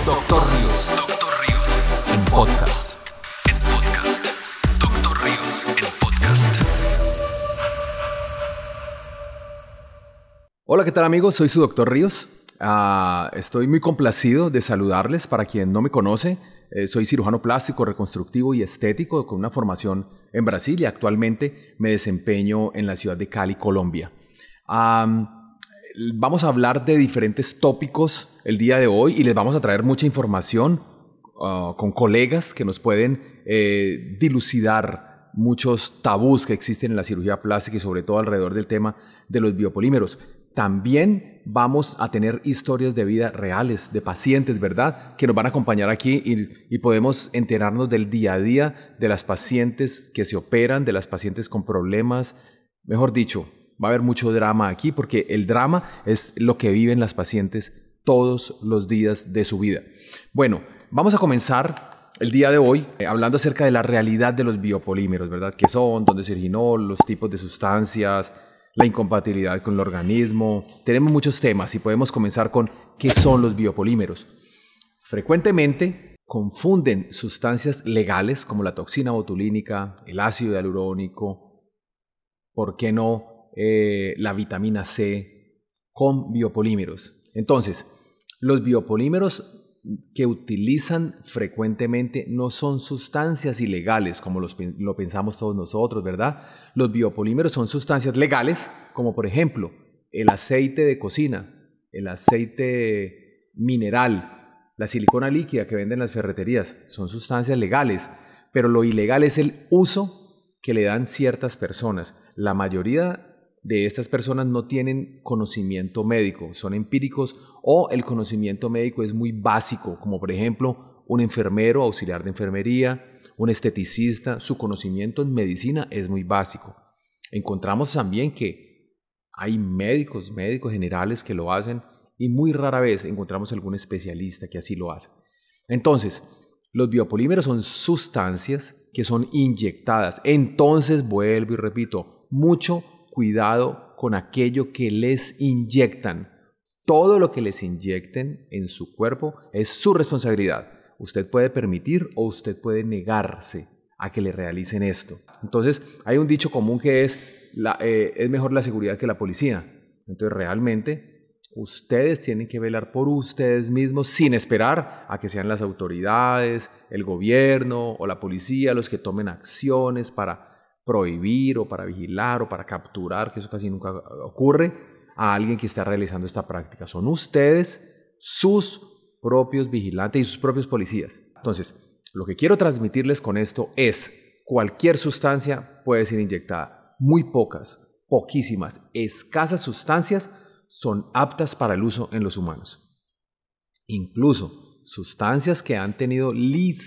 Doctor Ríos. Doctor Ríos. En podcast. Doctor Ríos en podcast. Hola, ¿qué tal amigos? Soy su Doctor Ríos. Estoy muy complacido de saludarles. Para quien no me conoce, soy cirujano plástico, reconstructivo y estético con una formación en Brasil y actualmente me desempeño en la ciudad de Cali, Colombia. Vamos a hablar de diferentes tópicos el día de hoy y les vamos a traer mucha información con colegas que nos pueden dilucidar muchos tabús que existen en la cirugía plástica y sobre todo alrededor del tema de los biopolímeros. También vamos a tener historias de vida reales de pacientes, ¿verdad? Que nos van a acompañar aquí y podemos enterarnos del día a día de las pacientes que se operan, de las pacientes con problemas. Mejor dicho, va a haber mucho drama aquí porque el drama es lo que viven las pacientes todos los días de su vida. Bueno, vamos a comenzar el día de hoy hablando acerca de la realidad de los biopolímeros, ¿verdad? ¿Qué son? ¿Dónde se originó? Los tipos de sustancias, la incompatibilidad con el organismo. Tenemos muchos temas y podemos comenzar con ¿qué son los biopolímeros? Frecuentemente confunden sustancias legales como la toxina botulínica, el ácido hialurónico, ¿por qué no la vitamina C con biopolímeros? Entonces, los biopolímeros que utilizan frecuentemente no son sustancias ilegales como lo pensamos todos nosotros, ¿verdad? Los biopolímeros son sustancias legales, como por ejemplo el aceite de cocina, el aceite mineral, la silicona líquida que venden las ferreterías, son sustancias legales, pero lo ilegal es el uso que le dan ciertas personas. La mayoría de estas personas no tienen conocimiento médico, son empíricos o el conocimiento médico es muy básico, como por ejemplo un enfermero, auxiliar de enfermería, un esteticista, su conocimiento en medicina es muy básico. Encontramos también que hay médicos generales que lo hacen y muy rara vez encontramos algún especialista que así lo hace. Entonces, los biopolímeros son sustancias que son inyectadas. Entonces, vuelvo y repito, mucho cuidado con aquello que les inyectan. Todo lo que les inyecten en su cuerpo es su responsabilidad. Usted puede permitir o usted puede negarse a que le realicen esto. Entonces, hay un dicho común que es mejor la seguridad que la policía. Entonces, realmente, ustedes tienen que velar por ustedes mismos sin esperar a que sean las autoridades, el gobierno o la policía los que tomen acciones para prohibir o para vigilar o para capturar, que eso casi nunca ocurre, a alguien que está realizando esta práctica. Son ustedes sus propios vigilantes y sus propios policías. Entonces, lo que quiero transmitirles con esto es cualquier sustancia puede ser inyectada. Muy pocas, poquísimas, escasas sustancias son aptas para el uso en los humanos. Incluso sustancias que han tenido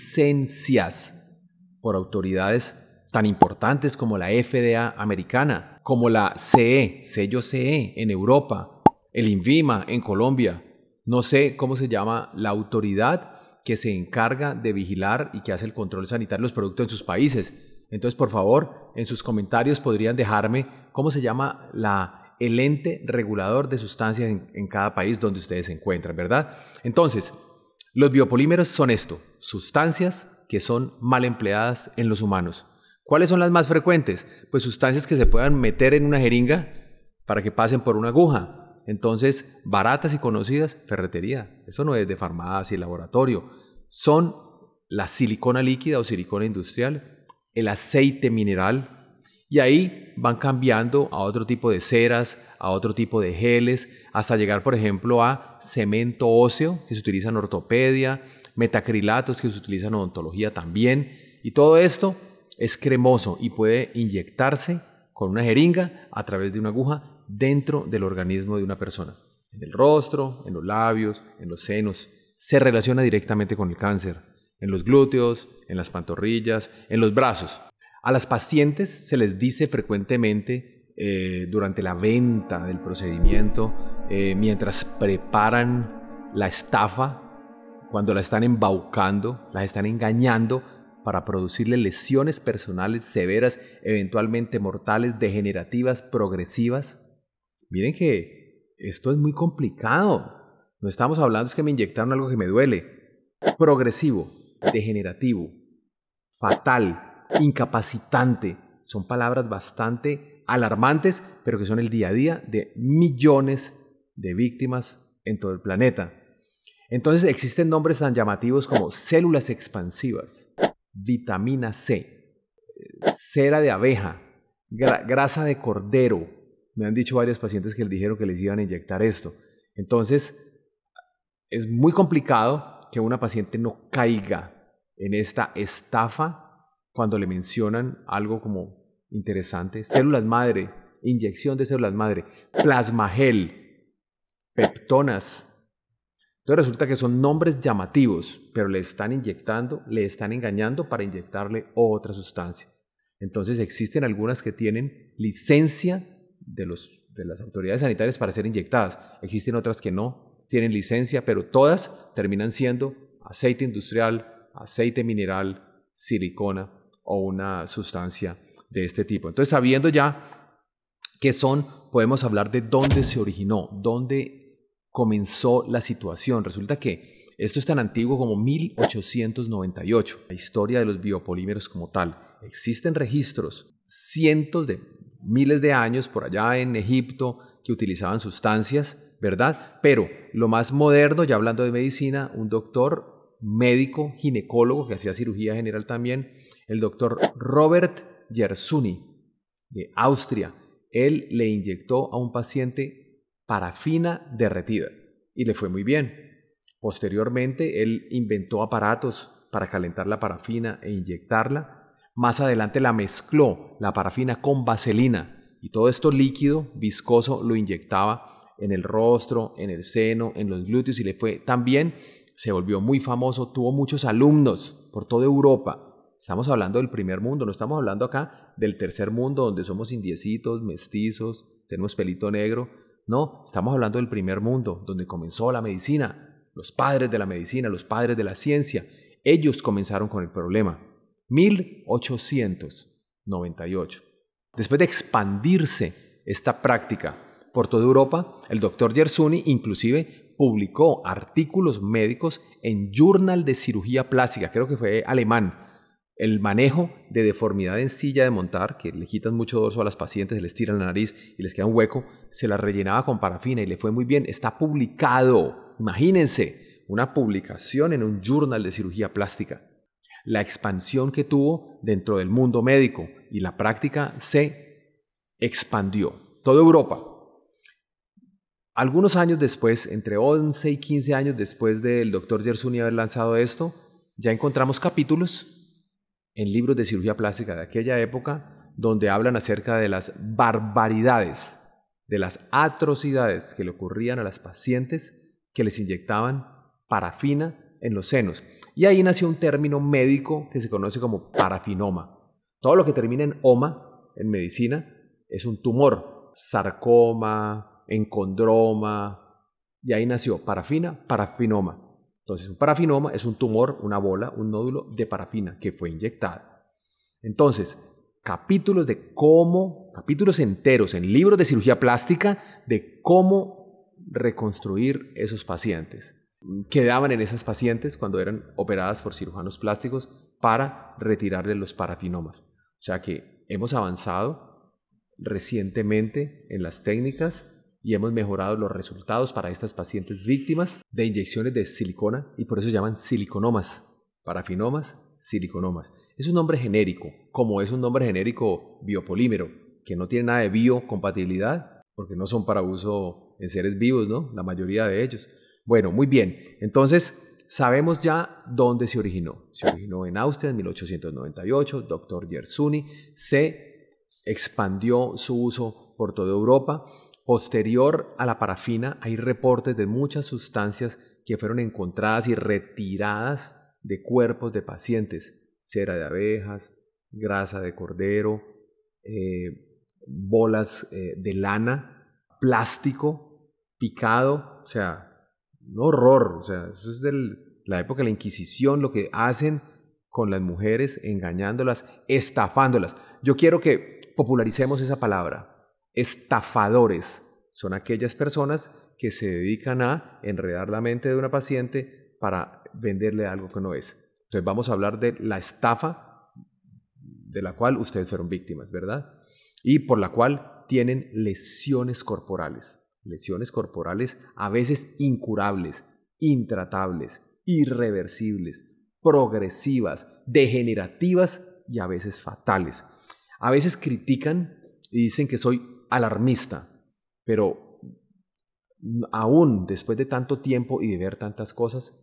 licencias por autoridades tan importantes como la FDA americana, como la CE, sello CE en Europa, el INVIMA en Colombia. No sé cómo se llama la autoridad que se encarga de vigilar y que hace el control sanitario de los productos en sus países. Entonces, por favor, en sus comentarios podrían dejarme cómo se llama el ente regulador de sustancias en cada país donde ustedes se encuentran, ¿verdad? Entonces, los biopolímeros son esto, sustancias que son mal empleadas en los humanos. ¿Cuáles son las más frecuentes? Pues sustancias que se puedan meter en una jeringa para que pasen por una aguja. Entonces, baratas y conocidas, ferretería. Eso no es de farmacia y laboratorio. Son la silicona líquida o silicona industrial, el aceite mineral, y ahí van cambiando a otro tipo de ceras, a otro tipo de geles, hasta llegar, por ejemplo, a cemento óseo, que se utiliza en ortopedia, metacrilatos, que se utilizan en odontología también, y todo esto es cremoso y puede inyectarse con una jeringa a través de una aguja dentro del organismo de una persona. En el rostro, en los labios, en los senos. Se relaciona directamente con el cáncer. En los glúteos, en las pantorrillas, en los brazos. A las pacientes se les dice frecuentemente durante la venta del procedimiento, mientras preparan la estafa, cuando la están embaucando, las están engañando, para producirle lesiones personales severas, eventualmente mortales, degenerativas, progresivas. Miren que esto es muy complicado. No estamos hablando es que me inyectaron algo que me duele. progresivo, degenerativo, fatal, incapacitante. Son palabras bastante alarmantes, pero que son el día a día de millones de víctimas en todo el planeta. Entonces existen nombres tan llamativos como células expansivas, vitamina C, cera de abeja, grasa de cordero. Me han dicho varios pacientes que les dijeron que les iban a inyectar esto. Entonces es muy complicado que una paciente no caiga en esta estafa cuando le mencionan algo como interesante: células madre, inyección de células madre, plasmagel, peptonas. Entonces resulta que son nombres llamativos, pero le están inyectando, le están engañando para inyectarle otra sustancia. Entonces existen algunas que tienen licencia de las autoridades sanitarias para ser inyectadas. Existen otras que no tienen licencia, pero todas terminan siendo aceite industrial, aceite mineral, silicona o una sustancia de este tipo. Entonces, sabiendo ya qué son, podemos hablar de dónde se originó, dónde comenzó la situación. Resulta que esto es tan antiguo como 1898, la historia de los biopolímeros como tal. Existen registros, cientos de miles de años por allá en Egipto, que utilizaban sustancias, ¿verdad? Pero lo más moderno, ya hablando de medicina, un doctor médico, ginecólogo, que hacía cirugía general también, el doctor Robert Yersuni, de Austria. Él le inyectó a un paciente parafina derretida y le fue muy bien. Posteriormente, él inventó aparatos para calentar la parafina e inyectarla. Más adelante la mezcló, la parafina, con vaselina, y todo esto líquido, viscoso, lo inyectaba en el rostro, en el seno, en los glúteos, y le fue tan bien. Se volvió muy famoso, tuvo muchos alumnos por toda Europa. Estamos hablando del primer mundo, no estamos hablando acá del tercer mundo, donde somos indiecitos, mestizos, tenemos pelito negro. No, estamos hablando del primer mundo, donde comenzó la medicina, los padres de la medicina, los padres de la ciencia. Ellos comenzaron con el problema. 1898. Después de expandirse esta práctica por toda Europa, el doctor Yersuni inclusive publicó artículos médicos en Journal de Cirugía Plástica, creo que fue alemán. El manejo de deformidad en silla de montar, que le quitan mucho dorso a las pacientes, les tiran la nariz y les queda un hueco, se la rellenaba con parafina y le fue muy bien. Está publicado, imagínense, una publicación en un Journal de Cirugía Plástica. La expansión que tuvo dentro del mundo médico y la práctica se expandió. Toda Europa. Algunos años después, entre 11 y 15 años después del doctor Yersuni haber lanzado esto, ya encontramos capítulos en libros de cirugía plástica de aquella época donde hablan acerca de las barbaridades, de las atrocidades que le ocurrían a las pacientes que les inyectaban parafina en los senos. Y ahí nació un término médico que se conoce como parafinoma. Todo lo que termina en oma, en medicina, es un tumor, sarcoma, encondroma, y ahí nació parafina, parafinoma. Entonces, un parafinoma es un tumor, una bola, un nódulo de parafina que fue inyectada. Entonces, capítulos enteros en libros de cirugía plástica de cómo reconstruir esos pacientes. Quedaban en esas pacientes cuando eran operadas por cirujanos plásticos para retirarle los parafinomas. O sea que hemos avanzado recientemente en las técnicas y hemos mejorado los resultados para estas pacientes víctimas de inyecciones de silicona, y por eso se llaman siliconomas, parafinomas, siliconomas. Es un nombre genérico, como es un nombre genérico biopolímero, que no tiene nada de biocompatibilidad, porque no son para uso en seres vivos, ¿no? La mayoría de ellos. Bueno, muy bien. Entonces, sabemos ya dónde se originó. Se originó en Austria en 1898, doctor Yersuni. Se expandió su uso por toda Europa. Posterior a la parafina, hay reportes de muchas sustancias que fueron encontradas y retiradas de cuerpos de pacientes. Cera de abejas, grasa de cordero, bolas de lana, plástico, picado, o sea, un horror. O sea, eso es de la época de la Inquisición, lo que hacen con las mujeres, engañándolas, estafándolas. Yo quiero que popularicemos esa palabra. Estafadores son aquellas personas que se dedican a enredar la mente de una paciente para venderle algo que no es. Entonces vamos a hablar de la estafa de la cual ustedes fueron víctimas, ¿verdad? Y por la cual tienen lesiones corporales a veces incurables, intratables, irreversibles, progresivas, degenerativas y a veces fatales. A veces critican y dicen que soy alarmista, pero aún después de tanto tiempo y de ver tantas cosas,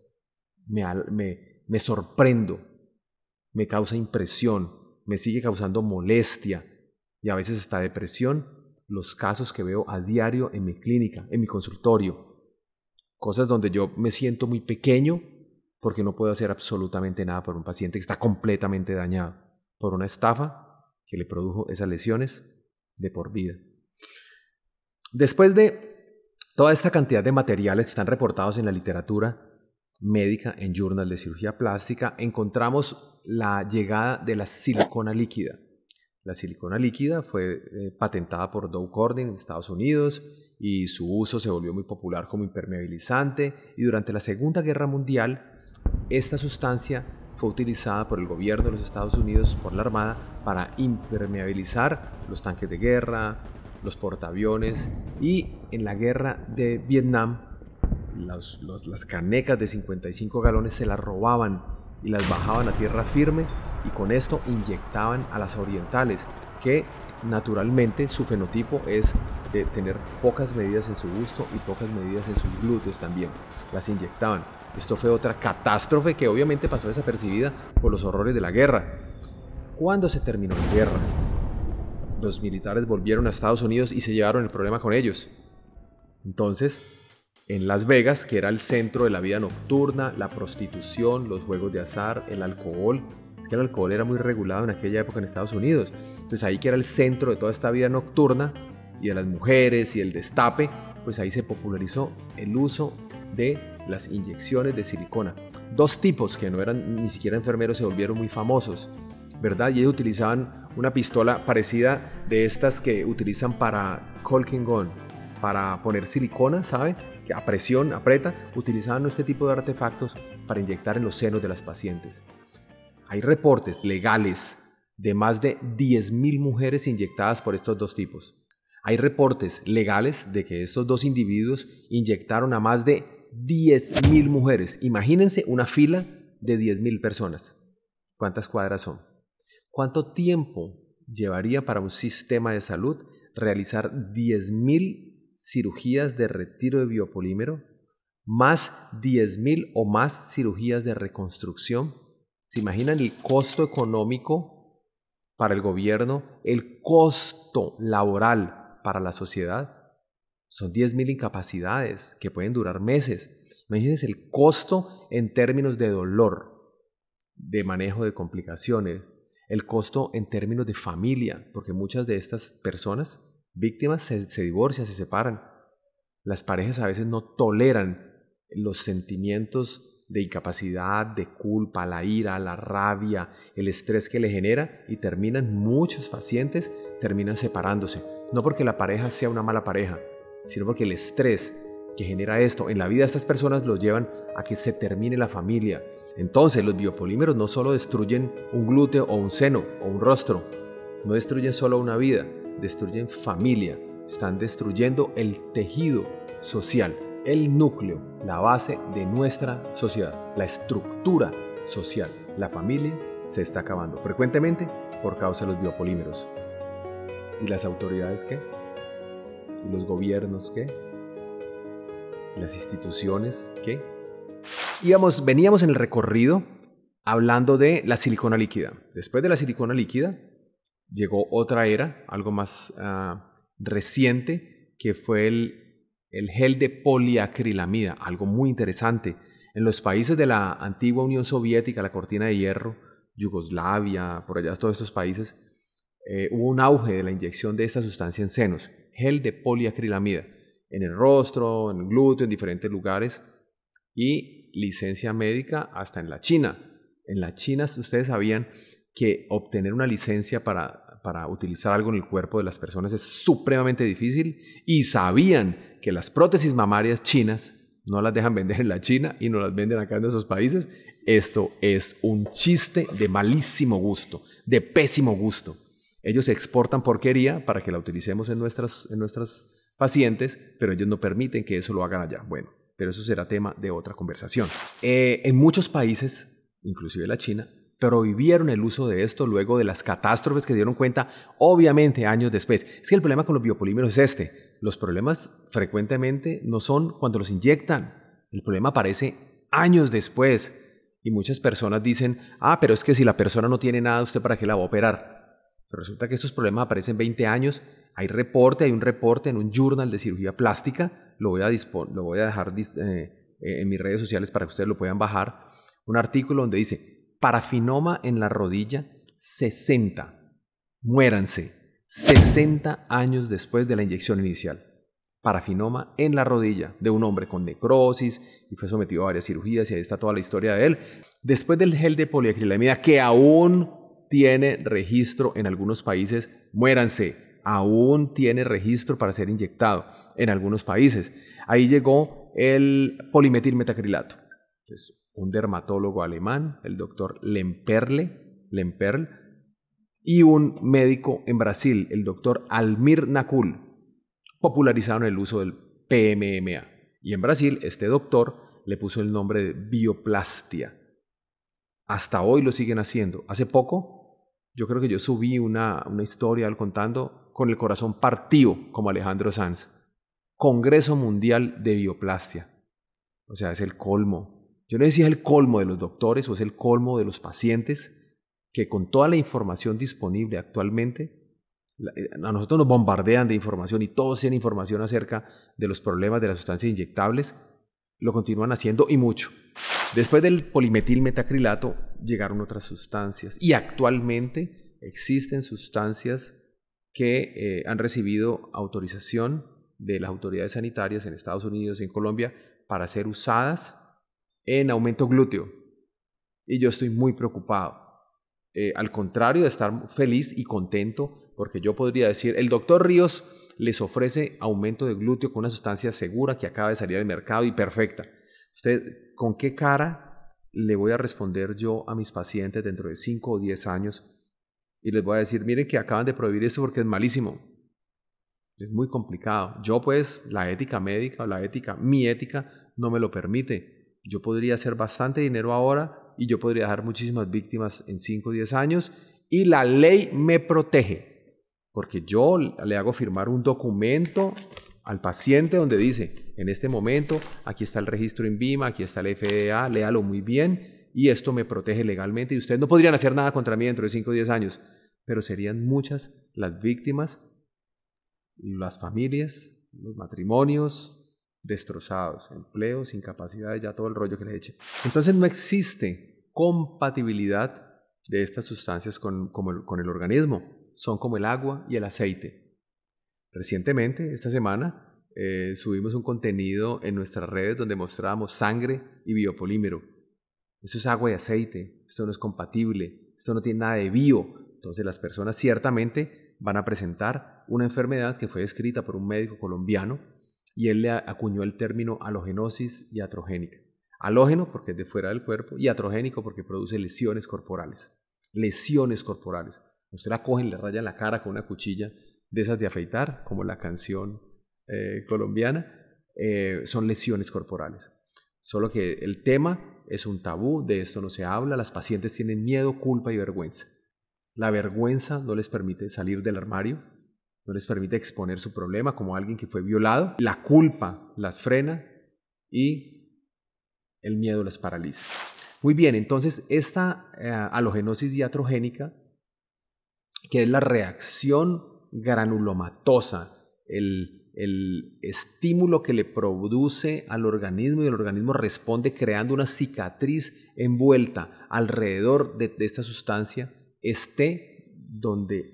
me sorprendo, me causa impresión, me sigue causando molestia y a veces hasta depresión los casos que veo a diario en mi clínica, en mi consultorio. Cosas donde yo me siento muy pequeño porque no puedo hacer absolutamente nada por un paciente que está completamente dañado por una estafa que le produjo esas lesiones de por vida. Después de toda esta cantidad de materiales que están reportados en la literatura médica, en Journal de Cirugía Plástica, encontramos la llegada de la silicona líquida. La silicona líquida fue patentada por Dow Corning en Estados Unidos y su uso se volvió muy popular como impermeabilizante, y durante la Segunda Guerra Mundial esta sustancia fue utilizada por el gobierno de los Estados Unidos, por la Armada, para impermeabilizar los tanques de guerra, los portaaviones, y en la guerra de Vietnam las canecas de 55 galones se las robaban y las bajaban a tierra firme, y con esto inyectaban a las orientales, que naturalmente su fenotipo es de tener pocas medidas en su busto y pocas medidas en sus glúteos también. Las inyectaban. Esto fue otra catástrofe que obviamente pasó desapercibida por los horrores de la guerra. ¿Cuándo se terminó la guerra? Los militares volvieron a Estados Unidos y se llevaron el problema con ellos. Entonces, en Las Vegas, que era el centro de la vida nocturna, la prostitución, los juegos de azar, el alcohol. Es que el alcohol era muy regulado en aquella época en Estados Unidos. Entonces ahí, que era el centro de toda esta vida nocturna y de las mujeres y el destape, pues ahí se popularizó el uso de las inyecciones de silicona. Dos tipos que no eran ni siquiera enfermeros se volvieron muy famosos, ¿verdad? Y ellos utilizaban una pistola parecida de estas que utilizan para caulking gun, para poner silicona, ¿sabe? Que a presión aprieta. Utilizaban este tipo de artefactos para inyectar en los senos de las pacientes. Hay reportes legales de más de 10.000 mujeres inyectadas por estos dos tipos. Hay reportes legales de que estos dos individuos inyectaron a más de 10.000 mujeres. Imagínense una fila de 10.000 personas. ¿Cuántas cuadras son? ¿Cuánto tiempo llevaría para un sistema de salud realizar 10.000 cirugías de retiro de biopolímero, más 10.000 o más cirugías de reconstrucción? ¿Se imaginan el costo económico para el gobierno, el costo laboral para la sociedad? Son 10.000 incapacidades que pueden durar meses. Imagínense el costo en términos de dolor, de manejo de complicaciones, el costo en términos de familia, porque muchas de estas personas víctimas se divorcian, se separan. Las parejas a veces no toleran los sentimientos de incapacidad, de culpa, la ira, la rabia, el estrés que le genera, y muchos pacientes terminan separándose. No porque la pareja sea una mala pareja, sino porque el estrés que genera esto en la vida de estas personas los llevan a que se termine la familia. Entonces los biopolímeros no solo destruyen un glúteo o un seno o un rostro, no destruyen solo una vida, destruyen familia, están destruyendo el tejido social, el núcleo, la base de nuestra sociedad, la estructura social. La familia se está acabando frecuentemente por causa de los biopolímeros. ¿Y las autoridades qué? ¿Y los gobiernos qué? ¿Y las instituciones qué? Veníamos en el recorrido hablando de la silicona líquida. Después de la silicona líquida llegó otra era, algo más reciente, que fue el gel de poliacrilamida, algo muy interesante. En los países de la antigua Unión Soviética, la cortina de hierro, Yugoslavia, por allá todos estos países, hubo un auge de la inyección de esta sustancia en senos, gel de poliacrilamida, en el rostro, en el glúteo, en diferentes lugares, y licencia médica hasta en la China. En la China, ustedes sabían que obtener una licencia para utilizar algo en el cuerpo de las personas es supremamente difícil, y sabían que las prótesis mamarias chinas no las dejan vender en la China y no las venden acá en esos países. Esto es un chiste de malísimo gusto, de pésimo gusto. Ellos exportan porquería para que la utilicemos en nuestras pacientes, pero ellos no permiten que eso lo hagan allá. Bueno, pero eso será tema de otra conversación. En muchos países, inclusive la China, prohibieron el uso de esto luego de las catástrofes que se dieron cuenta, obviamente, años después. Es que el problema con los biopolímeros es este. Los problemas frecuentemente no son cuando los inyectan. El problema aparece años después. Y muchas personas dicen, pero es que si la persona no tiene nada, ¿usted para qué la va a operar? Pero resulta que estos problemas aparecen 20 años. Hay un reporte en un journal de cirugía plástica. Lo voy a dejar en mis redes sociales para que ustedes lo puedan bajar. Un artículo donde dice, parafinoma en la rodilla, 60. Muéranse 60 años después de la inyección inicial. Parafinoma en la rodilla de un hombre con necrosis y fue sometido a varias cirugías y ahí está toda la historia de él. Después del gel de poliacrilamida que aún tiene registro en algunos países, muéranse, aún tiene registro para ser inyectado en algunos países. Ahí llegó el polimetilmetacrilato. Es un dermatólogo alemán, el doctor Lemperle, y un médico en Brasil, el doctor Almir Nakul, popularizaron el uso del PMMA. Y en Brasil, este doctor le puso el nombre de bioplastia. Hasta hoy lo siguen haciendo. Hace poco, yo creo que yo subí una historia contando con el corazón partido, como Alejandro Sanz. Congreso Mundial de Bioplastia. O sea, es el colmo. Yo no sé si es el colmo de los doctores o es el colmo de los pacientes que con toda la información disponible actualmente, a nosotros nos bombardean de información y todos tienen información acerca de los problemas de las sustancias inyectables, lo continúan haciendo y mucho. Después del polimetilmetacrilato llegaron otras sustancias y actualmente existen sustancias que han recibido autorización de las autoridades sanitarias en Estados Unidos y en Colombia para ser usadas en aumento glúteo. Y yo estoy muy preocupado. Al contrario de estar feliz y contento, porque yo podría decir, el doctor Ríos les ofrece aumento de glúteo con una sustancia segura que acaba de salir al mercado y perfecta. ¿Usted con qué cara le voy a responder yo a mis pacientes dentro de 5 o 10 años? Y les voy a decir, miren que acaban de prohibir esto porque es malísimo. Es muy complicado. Yo pues, la ética médica o mi ética no me lo permite. Yo podría hacer bastante dinero ahora y yo podría dejar muchísimas víctimas en 5 o 10 años y la ley me protege porque yo le hago firmar un documento al paciente donde dice, en este momento aquí está el registro INVIMA, aquí está el FDA, léalo muy bien y esto me protege legalmente y ustedes no podrían hacer nada contra mí dentro de 5 o 10 años, pero serían muchas las víctimas, las familias, los matrimonios destrozados, empleos, incapacidades, ya todo el rollo que les eche. Entonces no existe compatibilidad de estas sustancias con el organismo. Son como el agua y el aceite. Recientemente, esta semana, subimos un contenido en nuestras redes donde mostrábamos sangre y biopolímero. Eso es agua y aceite. Esto no es compatible. Esto no tiene nada de bio. Entonces las personas ciertamente van a presentar una enfermedad que fue descrita por un médico colombiano y él le acuñó el término halogenosis iatrogénica. Halógeno porque es de fuera del cuerpo y iatrogénico porque produce lesiones corporales. Lesiones corporales. Usted la cogen, le rayan la cara con una cuchilla de esas de afeitar, como la canción colombiana, son lesiones corporales. Solo que el tema es un tabú, de esto no se habla, las pacientes tienen miedo, culpa y vergüenza. La vergüenza no les permite salir del armario, no les permite exponer su problema como alguien que fue violado. La culpa las frena y el miedo las paraliza. Muy bien, entonces esta halogenosis iatrogénica, que es la reacción granulomatosa, el estímulo que le produce al organismo y el organismo responde creando una cicatriz envuelta alrededor de esta sustancia, esté donde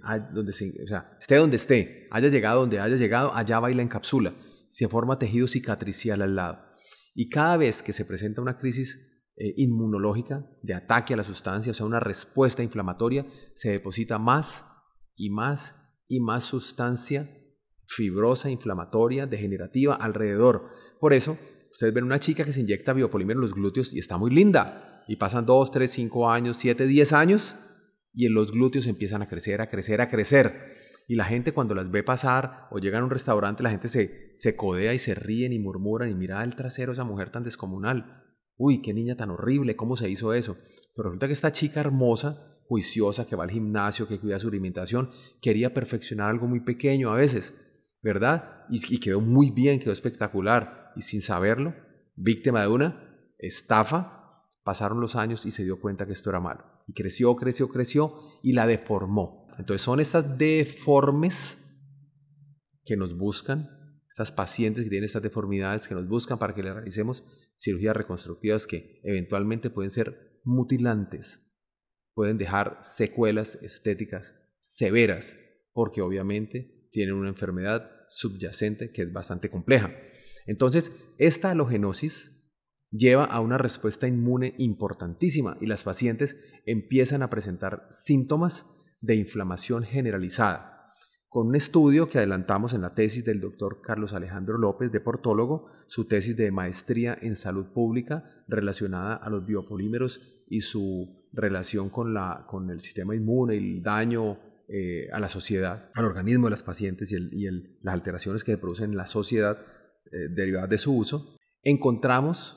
esté, haya llegado donde haya llegado, allá va y la encapsula, se forma tejido cicatricial al lado. Y cada vez que se presenta una crisis inmunológica de ataque a la sustancia, o sea, una respuesta inflamatoria, se deposita más y más y más sustancia fibrosa, inflamatoria, degenerativa alrededor. Por eso, ustedes ven una chica que se inyecta biopolímero en los glúteos y está muy linda. Y pasan 2, 3, 5 años, 7, 10 años y en los glúteos empiezan a crecer, a crecer, a crecer. Y la gente cuando las ve pasar o llegan a un restaurante, la gente se codea y se ríen y murmuran y mira el trasero de esa mujer tan descomunal. Uy, qué niña tan horrible, ¿cómo se hizo eso? Pero resulta que esta chica hermosa, juiciosa, que va al gimnasio, que cuida su alimentación, quería perfeccionar algo muy pequeño a veces, ¿verdad? Y quedó muy bien, quedó espectacular. Y sin saberlo, víctima de una estafa, pasaron los años y se dio cuenta que esto era malo. Y creció, creció, creció y la deformó. Entonces son estas deformes que nos buscan, estas pacientes que tienen estas deformidades que nos buscan para que le realicemos cirugías reconstructivas que eventualmente pueden ser mutilantes, pueden dejar secuelas estéticas severas, porque obviamente tienen una enfermedad subyacente que es bastante compleja. Entonces, esta halogenosis lleva a una respuesta inmune importantísima y las pacientes empiezan a presentar síntomas de inflamación generalizada. Con un estudio que adelantamos en la tesis del doctor Carlos Alejandro López, deportólogo, su tesis de maestría en salud pública relacionada a los biopolímeros y su relación con el sistema inmune y el daño a la sociedad, al organismo de las pacientes y las alteraciones que se producen en la sociedad derivadas de su uso, encontramos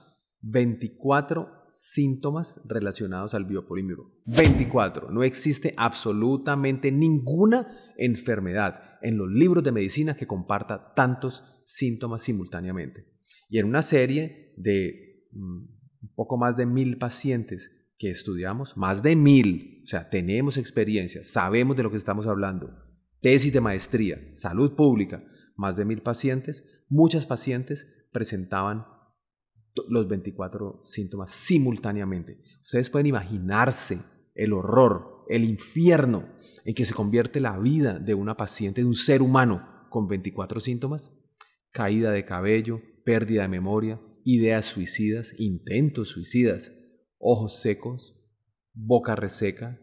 24 síntomas relacionados al biopolímero. 24. No existe absolutamente ninguna enfermedad en los libros de medicina que comparta tantos síntomas simultáneamente. Y en una serie de un poco más de 1000 pacientes que estudiamos, más de 1000, o sea, tenemos experiencia, sabemos de lo que estamos hablando, tesis de maestría, salud pública, más de 1000 pacientes, muchas pacientes presentaban los 24 síntomas simultáneamente. Ustedes pueden imaginarse el horror, el infierno en que se convierte la vida de una paciente, de un ser humano con 24 síntomas: caída de cabello, pérdida de memoria, ideas suicidas, intentos suicidas, ojos secos, boca reseca,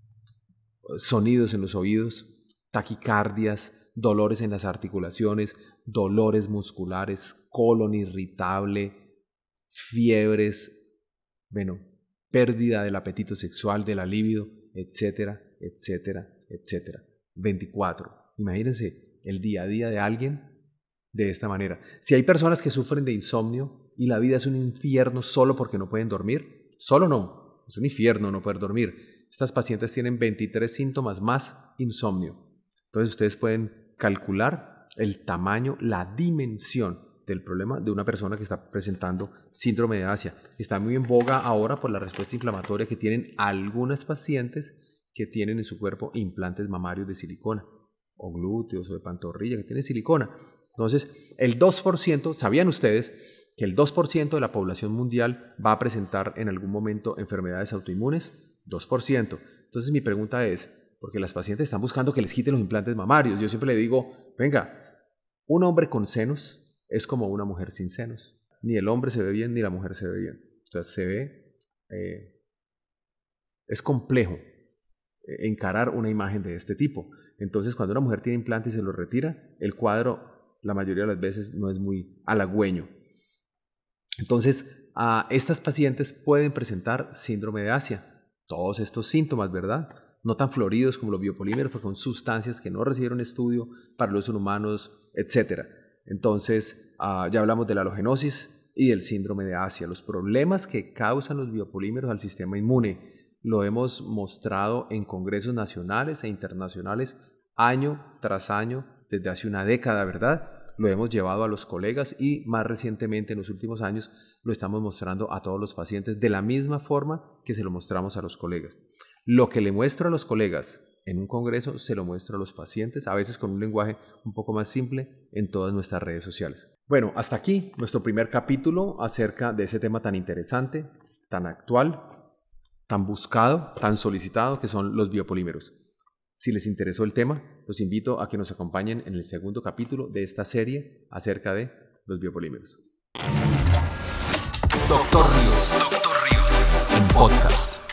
sonidos en los oídos, taquicardias, dolores en las articulaciones, dolores musculares, colon irritable, fiebres, pérdida del apetito sexual, de la libido, etcétera, etcétera, etcétera. 24. Imagínense el día a día de alguien de esta manera. Si hay personas que sufren de insomnio y la vida es un infierno solo porque no pueden dormir, solo no, es un infierno no poder dormir. Estas pacientes tienen 23 síntomas más insomnio. Entonces ustedes pueden calcular el tamaño, la dimensión del problema de una persona que está presentando síndrome de Asia. Está muy en boga ahora por la respuesta inflamatoria que tienen algunas pacientes que tienen en su cuerpo implantes mamarios de silicona, o glúteos o de pantorrilla que tienen silicona. Entonces, el 2%, ¿sabían ustedes que el 2% de la población mundial va a presentar en algún momento enfermedades autoinmunes? 2%. Entonces mi pregunta es, porque las pacientes están buscando que les quiten los implantes mamarios. Yo siempre le digo, venga, un hombre con senos es como una mujer sin senos. Ni el hombre se ve bien, ni la mujer se ve bien. O sea, es complejo encarar una imagen de este tipo. Entonces, cuando una mujer tiene implantes y se los retira, el cuadro, la mayoría de las veces, no es muy halagüeño. Entonces, estas pacientes pueden presentar síndrome de Asia. Todos estos síntomas, ¿verdad? No tan floridos como los biopolímeros, porque son sustancias que no recibieron estudio para los humanos, etc. Entonces, ya hablamos de la halogenosis y del síndrome de Asia. Los problemas que causan los biopolímeros al sistema inmune lo hemos mostrado en congresos nacionales e internacionales año tras año desde hace una década, ¿verdad? Lo hemos llevado a los colegas y más recientemente en los últimos años lo estamos mostrando a todos los pacientes de la misma forma que se lo mostramos a los colegas. Lo que le muestro a los colegas en un congreso se lo muestro a los pacientes, a veces con un lenguaje un poco más simple en todas nuestras redes sociales. Bueno, hasta aquí nuestro primer capítulo acerca de ese tema tan interesante, tan actual, tan buscado, tan solicitado, que son los biopolímeros. Si les interesó el tema, los invito a que nos acompañen en el segundo capítulo de esta serie acerca de los biopolímeros. Doctor Ríos, en podcast.